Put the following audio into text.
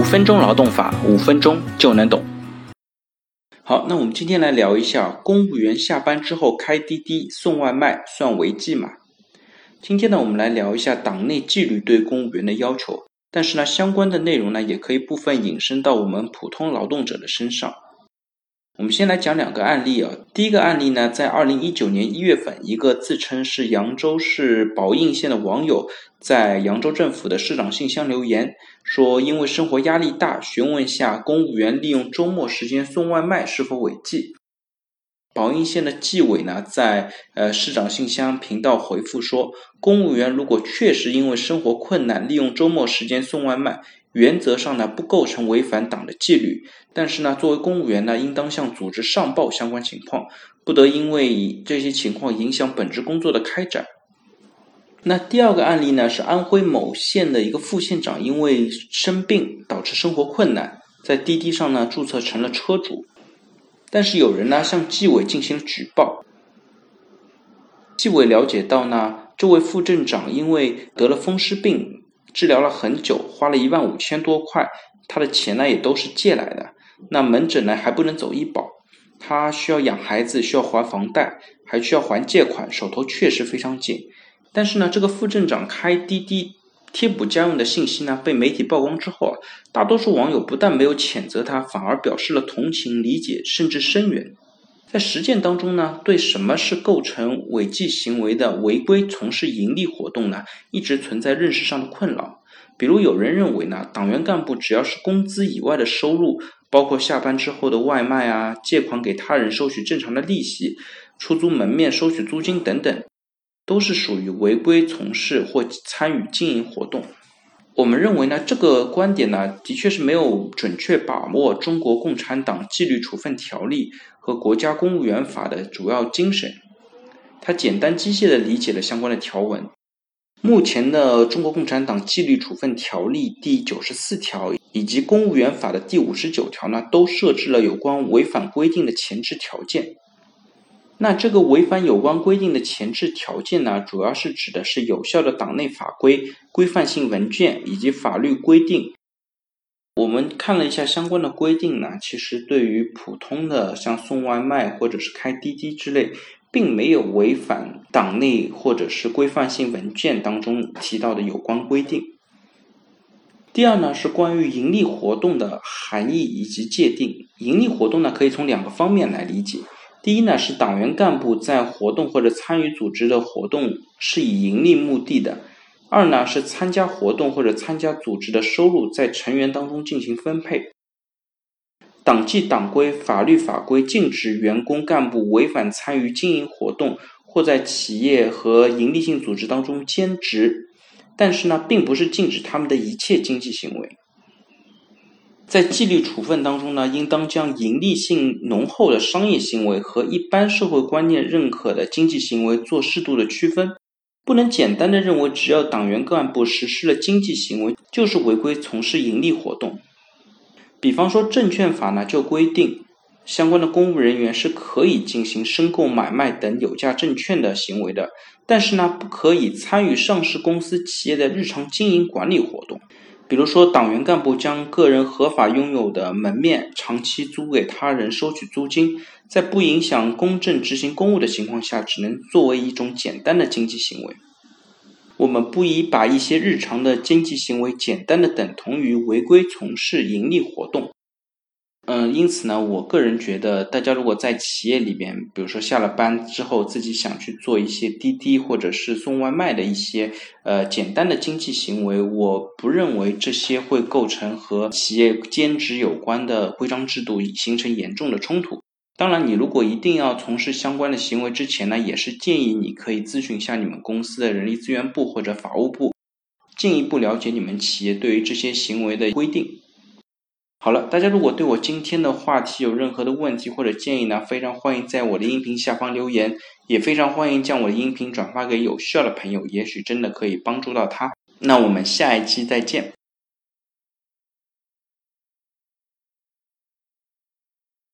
分钟劳动法，5分钟就能懂。好，那我们今天来聊一下，公务员下班之后开滴滴送外卖算违纪吗？今天呢，我们来聊一下党内纪律对公务员的要求，但是呢，相关的内容呢，也可以部分引申到我们普通劳动者的身上。我们先来讲2个案例啊。第一个案例呢，在2019年1月份，一个自称是扬州市宝应县的网友，在扬州政府的市长信箱留言，说因为生活压力大，询问下公务员利用周末时间送外卖是否违纪。宝应县的纪委呢，在市长信箱频道回复说，公务员如果确实因为生活困难利用周末时间送外卖，原则上呢不构成违反党的纪律，但是呢作为公务员呢，应当向组织上报相关情况，不得因为这些情况影响本职工作的开展。那第2个案例呢，是安徽某县的一个副县长，因为生病导致生活困难，在滴滴上呢注册成了车主，但是有人呢向纪委进行了举报。纪委了解到呢，这位副镇长因为得了风湿病，治疗了很久，花了15000多块，他的钱呢也都是借来的。那门诊呢还不能走医保，他需要养孩子，需要还房贷，还需要还借款，手头确实非常紧。但是呢，这个副镇长开滴滴贴补家用的信息呢被媒体曝光之后，大多数网友不但没有谴责他，反而表示了同情、理解甚至声援。在实践当中呢，对什么是构成违纪行为的违规从事盈利活动呢，一直存在认识上的困扰。比如有人认为呢，党员干部只要是工资以外的收入，包括下班之后的外卖啊、借款给他人收取正常的利息、出租门面收取租金等等，都是属于违规从事或参与经营活动。我们认为呢，这个观点呢，的确是没有准确把握中国共产党纪律处分条例和国家公务员法的主要精神，它简单机械地理解了相关的条文。目前的中国共产党纪律处分条例第94条以及公务员法的第59条呢，都设置了有关违反规定的前置条件。那这个违反有关规定的前置条件呢，主要是指的是有效的党内法规、规范性文件以及法律规定。我们看了一下相关的规定呢，其实对于普通的像送外卖或者是开滴滴之类，并没有违反党内或者是规范性文件当中提到的有关规定。第2呢，是关于盈利活动的含义以及界定。盈利活动呢，可以从2个方面来理解。第一呢，是党员干部在活动或者参与组织的活动是以盈利目的的。2呢，是参加活动或者参加组织的收入在成员当中进行分配。党纪党规、法律法规禁止员工干部违反参与经营活动或在企业和营利性组织当中兼职，但是呢，并不是禁止他们的一切经济行为。在纪律处分当中呢，应当将盈利性浓厚的商业行为和一般社会观念认可的经济行为做适度的区分，不能简单的认为只要党员干部实施了经济行为，就是违规从事盈利活动。比方说证券法呢就规定，相关的公务人员是可以进行申购、买卖等有价证券的行为的，但是呢，不可以参与上市公司企业的日常经营管理活动。比如说党员干部将个人合法拥有的门面长期租给他人收取租金，在不影响公正执行公务的情况下，只能作为一种简单的经济行为。我们不宜把一些日常的经济行为简单的等同于违规从事盈利活动。因此呢，我个人觉得大家如果在企业里边，比如说下了班之后自己想去做一些滴滴或者是送外卖的一些简单的经济行为，我不认为这些会构成和企业兼职有关的规章制度形成严重的冲突。当然，你如果一定要从事相关的行为之前呢，也是建议你可以咨询一下你们公司的人力资源部或者法务部，进一步了解你们企业对于这些行为的规定。好了，大家如果对我今天的话题有任何的问题或者建议呢，非常欢迎在我的音频下方留言，也非常欢迎将我的音频转发给有需要的朋友，也许真的可以帮助到他。那我们下一期再见。